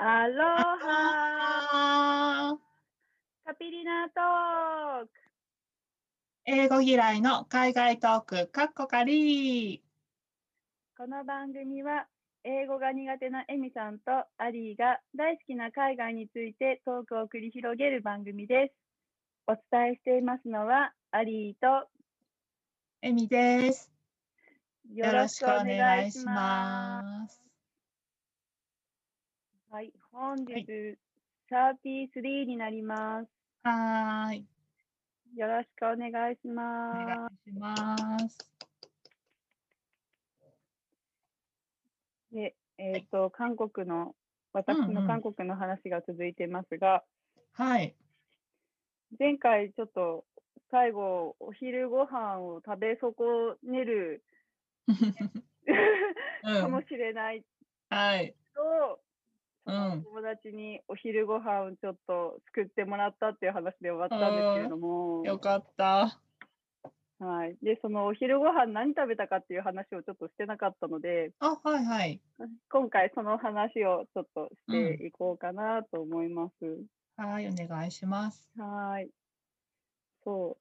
アロハあーカピリナトーク。 英語嫌いの海外トーク、かっこかり。 この番組は英語が苦手なエミさんとアリーが大好きな海外についてトークを繰り広げる番組です。お伝えしていますのはアリーとエミです。 よよろろしくおしくお願願いしいします。 ます。 はい、本日はい。 33になります。 はーい。 よろしくお願いしお願ます。 いします。 で、 はい。 私うんうん。 の韓国の話が続いてますが、 はい。 前回ちょっと最後お昼ご飯を食べ損ねるかもしうん。 れないはい。 と、そのおうん。 友達にお昼ご飯をちょっと作ってもらったっていう話で終わったんですけれども、 よかった。 はい。で、そのお昼ご飯何食べたかっていう話をちょっとしてなかったので、 あ、はいはい。 今回その話をちょっとしうん。 ていこうかなと思います。 はい、お願いします。 はい。そう。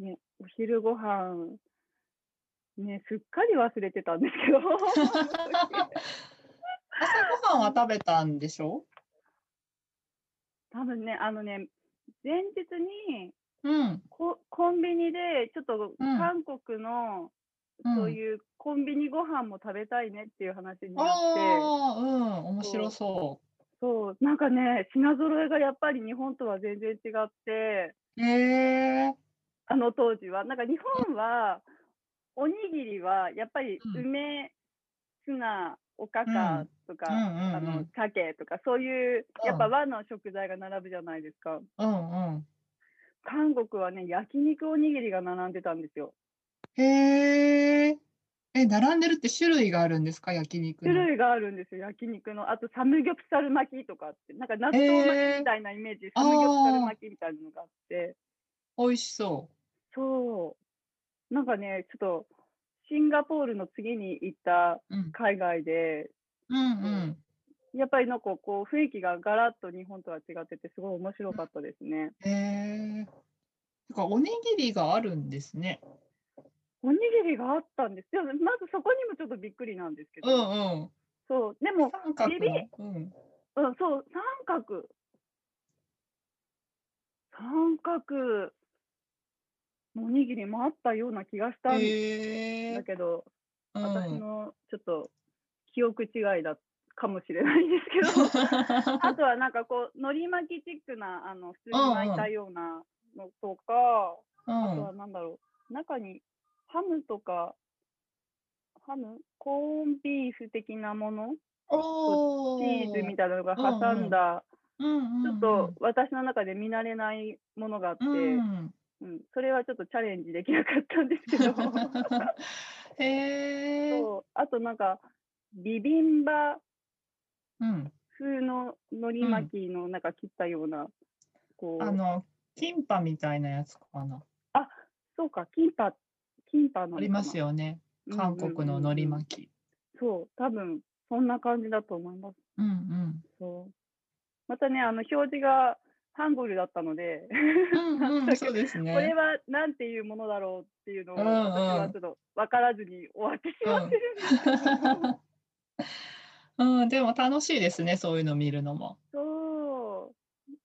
ね、お昼ご飯、ね、すっかり忘れてたんですけど、あの時。 朝ごはんは食べたんでしょ？ 多分ね、前日にうん。 コンビニでちょっとうん。 韓国のうん。 そういうコンビニご飯も食べたいねっていう話になって、 ああ、うん、面白そう、 そそう、なんかね、品揃えがやっぱり日本とは全然違って、 う。へえ。 あの当時は。なんか日本は、おにぎりはやっぱりうん。 梅、ツナ、おかうん。 かうんとか、 うんうん。 鮭とか、そういう、やっぱうん。 和の食材が並ぶじゃないですか。 うんうん。 韓国はね、焼肉おにぎりが並んでたんですよ。 へえ。並んでるって種類があるんですか？焼肉の。 種類があるんですよ、焼肉の。あと、サムギョプサル巻きとかって、なんか納へ豆巻きみえ。 たいなイメージで、サムギョプサルああ、 巻きみたいなのがあって、 美味しそう。 そう、なんかね、ちょっと、シンガポールの次に行ったうん。 海外で、 うんうそん。 うやっぱりなんかこう、雰囲気がガラッと日本とは違ってて、すごい面白かったですね。 へえ。てか、おにぎりがあるんですね。 おにぎりがあったんですよ。まずそこにもちょっとびっくりなんですけうど、 んうん。 そう、でも、 三ビビ、 角の。うん。 うん、そう、三角のおにぎりもあったような気がしたんへえ。 だけど、 うん。 私のちょっと記憶違いだかもしれないんですけど、あとはなんかこう、海苔巻きチックな、普通うに巻いんうん。 たようなのとか、あとはうん。 なんだろう、中にハムとか、コーンビーフ的なものとチーズおお。 みたいなのがうんうん。 挟んだ、 うんちょっうんうん。 と私の中で見慣れないものがあっうて、 ん。 うん、それはちょっとチャレンジできなかったんですけど、 へえ。 そう、あとなんか、ビビンバうん、 風の海苔うん。 巻きのなんか切ったような、こう、 あの、キンパみたいなやつかな。 あ、そうか、キンパなありまのかな。 すよね。韓うんうん国の海苔うんうん。 巻き。 そう、多分、そんな感じだと思います。 うんうん。 そう。またね、表示がハングルだったので、 うんうん、 なんとなく、 そうですね。 これはなんていうものだろうっていうのうを、私んうん。 はちょっと分からずに終わってしうん。 まってるんですけど。 うん、でも楽しいですね、そういうの見るのも。 そう。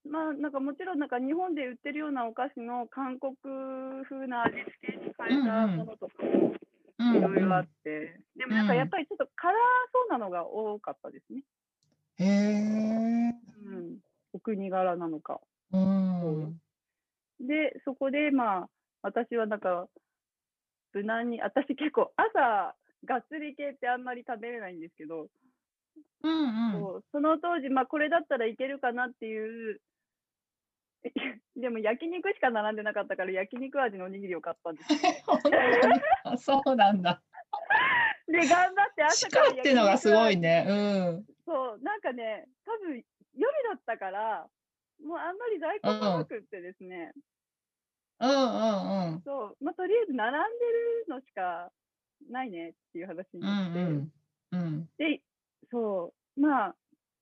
まあ、なんかもちろんなんか日本で売ってるようなお菓子の韓国風な味付けにう変えたもんうん。 のとかもうんいろいろあっうん。 て、でもうなんかやっん。 ぱりちょっと辛そうなのが多かったですね。 へえ。 うん。お国柄なのか。 うそん。 う。で、そこでまあ、私はなんか無難に、私結構朝、がっつり系ってあんまり食べれないんですけど、 うんうん。 そうその当時、まあこれだったらいけるかなっていうでも焼肉しか並んでなかったから、焼肉味のおにぎりを買ったんですね。 ほんとに。あ、そうなんだ。 で、頑張ってし朝からかってのが焼肉すごいね。 味、 うん。 そう、なんかね、多分夜だったから、もうあんまり在庫もうん。 なくってですね、 うんうんうん。 そう、まあ、とりあえず並んでるのしかないねっていう話にうんなって、 うん。うん。 で、そう、まあ、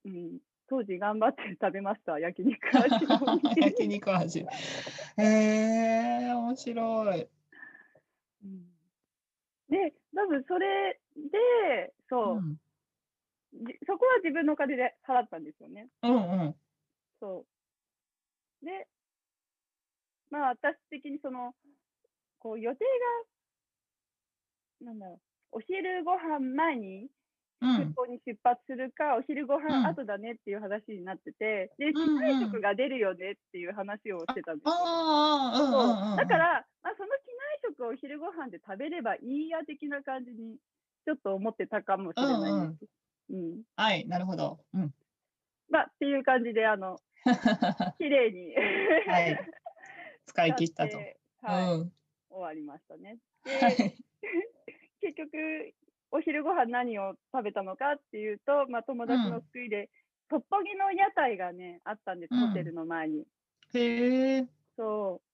当時頑張って食べました、焼肉味のおにぎ焼り。 肉味。へえ、面白い。 うん。で、多分それで、そうん。 そこは自分のお金で払ったんですよね。 うんうん。 そう。で、まあ私的にこう予定が、なんだろう、お昼ご飯前に空うん。 港に出発するか、お昼ごうん。 飯後だねっていう話になってて、で、 う機内んうん。 食が出るよねっていう話をしあ、 てたんですよ。 ああ、うんうそう。だんうんうん。 から、まあ、その機内食をお昼ご飯で食べればいいや的な感じに、ちょっと思ってたかもしうれないんです。 んうん。 うん。 はい、なるほど。うん。 まあ、っていう感じで、綺麗にはい、使い使っ切ったと。 て、 うはい、 ん。 終わりましたね。で、 はい。 結局、お昼ご飯何を食べたのかっていうと、まあ、友達のうん。 救いで、トッポギの屋台がね、あったんです、ホテルうん。 の前に。 へえ。 そう。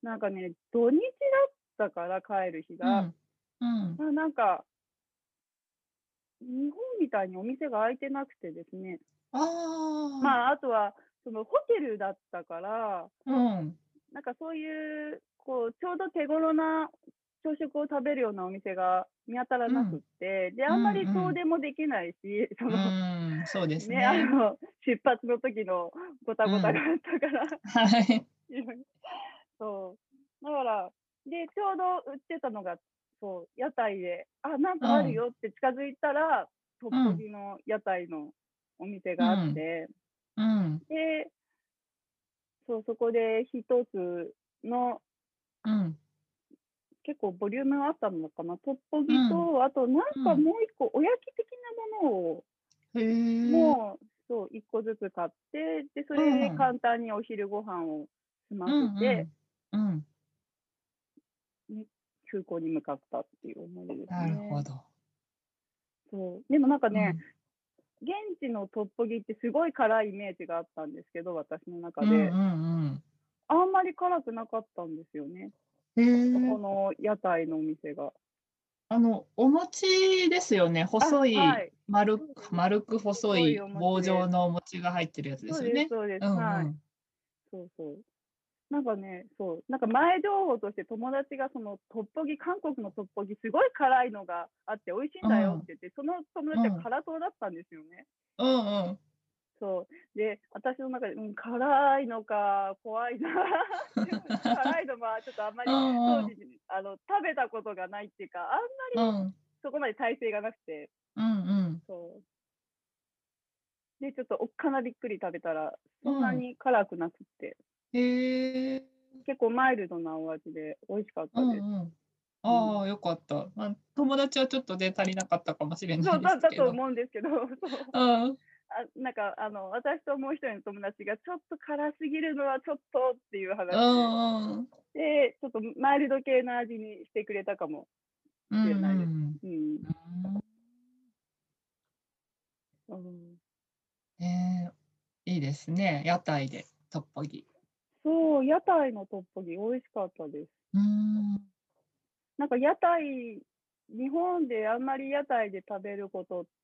なんかね、土日だったから帰る日が、 うん。うん。 まあ、なんか、日本みたいにお店が開いてなくてですね。 ああ。 まあ、あとは、ホテルだったから、 うん。 なんかそういう、ちょうど手頃な朝食を食べるようなお店が見当たらなくっうん。 て、で、あうんんまりうん。 遠出もできないし、 うーん、そうですね、 ね。 出発の時のごたごたがうん。 あったから、 はい。 そう。だから、で、ちょうど売ってたのが、そう、屋台で、あ、なんうかあるん。 よって近づいたら、トッうん。 ポギの屋台のお店があっうん。 て、 うん。 で、そう、そこで一つの、 うん。 結構ボリュームがあったのかな、トッポうん。 ギと、あとなんうん。 かもう一個、お焼き的なものを、 へえ。 もう、そう、一個ずつ買って、で、そうれでん。 簡単にお昼ご飯を済まうんうせて、 ん。うん。 空港に向かったっていう思い出ですなるね。 ほど。 そう。でもなんかね、 うん。 現地のトッポギってすごい辛いイメージがあったんですけど、私の中うんうで。 んうん。 あんまり辛くなかったんですよね。 へえ。 この屋台のお店が。 お餅ですよね。 あ、 細い、 はい。そうです。 丸く細細いおい棒餅です。 状のお餅が入ってるやつでそうです、 すよね。 そうです。 うんはい。 うん。 そうそう。なんかね、そう、なんか前情報として友達がそのトッポギ、韓国のトッポギ、すごい辛いのがあって美味しいんだよってうん。 言って、その友達はうん。 辛党だったんですよね。 うんうん。 そう。で、私の中で、辛いのか、怖いなって思って、辛いのはちょっとあんまうり当時、 んうん。 食べたことがないっていうか、あんまりうん。 そこまで耐性がなくて、 うんうん。 そう。で、ちょっとおっかなびっくり食べたら、そんなうん。 に辛くなくって、 へえ。 結構マイルドなお味で美味しかっうたです。 んうん。 うん。 ああ、良かった。友達はちょっとね、足りなかったかもしれないそうですだとけど。 思うんですけど、そう。 うん。 なんか、私ともう一人の友達が、ちょっと辛すぎるのはちょっとっていうう話で、 んうん。 で、ちょっとマイルド系の味にしてくれたかもうんしれないです。 うん。 うん。 うーん。 うん、 ええ、いいですね。屋台でトッポギ。 そう、屋台のトッポギ美味しかったです。 うーん。 なんか屋台、日本であんまり屋台で食べることって、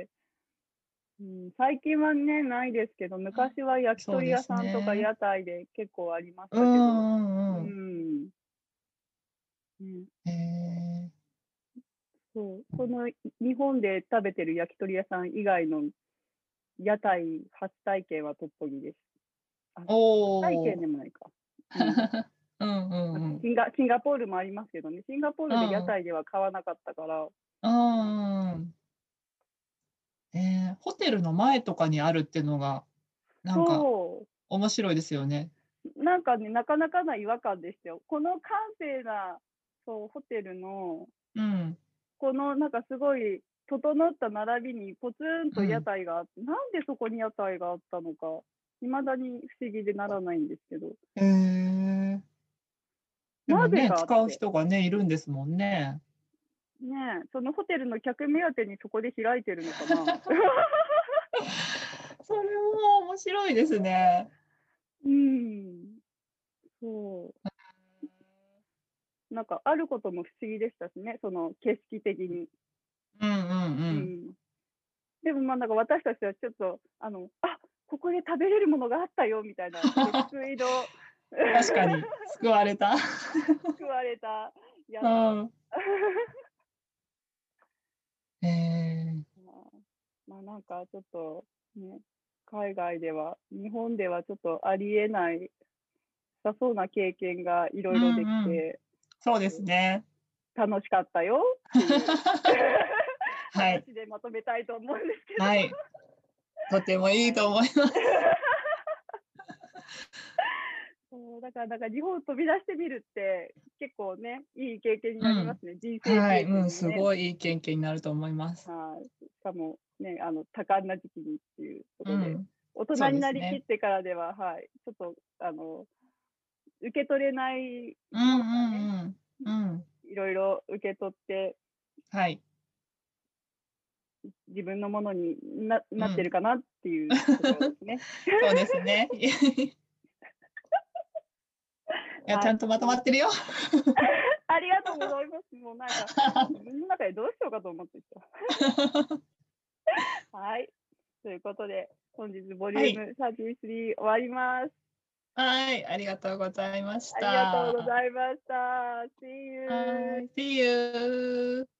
うん、最近はね、ないですけど、昔は焼きそうです鳥屋さんとかね。 屋台で結構ありましうんたけど、ううんうん。 ん、ね、 へえ。 そう、日本で食べてる焼き鳥屋さん以外の屋台初体験はトッポギです。あ、初体おお。 験でもないか。うん。 うんうんうん。 シンガポールもありますけどね、シンガポールで屋うん。 台では買わなかったから、 うんうん。ホテルの前とかにあるっていうのが、なんかそ面白いですよね。 う、なんかね、なかなかな違和感でしたよ。この閑静な、そう、ホテルの、 うん、 このなんかすごい整った並びにポツンと屋うん。 台があって、なんでそこに屋台があったのか、未だに不思議でならないんですけど、 へえ。でもなぜね、使うかって、 人がね、いるんですもんね。 ねえ、そのホテルの客目当てにそこで開いてるのかな。 それも面白いですね。 うん、そう。なんかあることも不思議でしたしね、その景色的に。 うんうんうん。 うん。 でもまあなんか私たちはちょっとここで食べれるものがあったよみたいな救いの確かに、救われた。 救われたやうつ。 ん。ええ、 まあなんかちょっとね、海外では、日本ではちょっとありえないさそうな経験がいろういろできんうん。 て、 そうですね。 楽しかったよっていうはい、 話でまとめたいと思うんですけど。 はい、とてもいいはい。 と思います。 そう、だからなんか日本飛び出してみるって、結構ね、いい経験にうん。 なりますね。人生はい、 経うん、 験にね。 すごいいい経験になると思います。 はい。しかもね、多感な時期にっていうことで、 うん、 大そう人になりきっですね。 てからでは、はい、ちょっと受け取れないようんうなね、 うんうん。うん、 いろいろ受け取ってはい。 自分のものになってうん、 るかなっていうところですね。 そうですね。いや、ちはい。 ゃんとまとまってるよ。 ありがとうございます。もうなんか、自分の中でどうしようかと思ってた。はい。ということで、本日ボはい。 リューム33終わります。 はい、ありがとうございましありがとうごた。 ざいました。See you. はい、See you.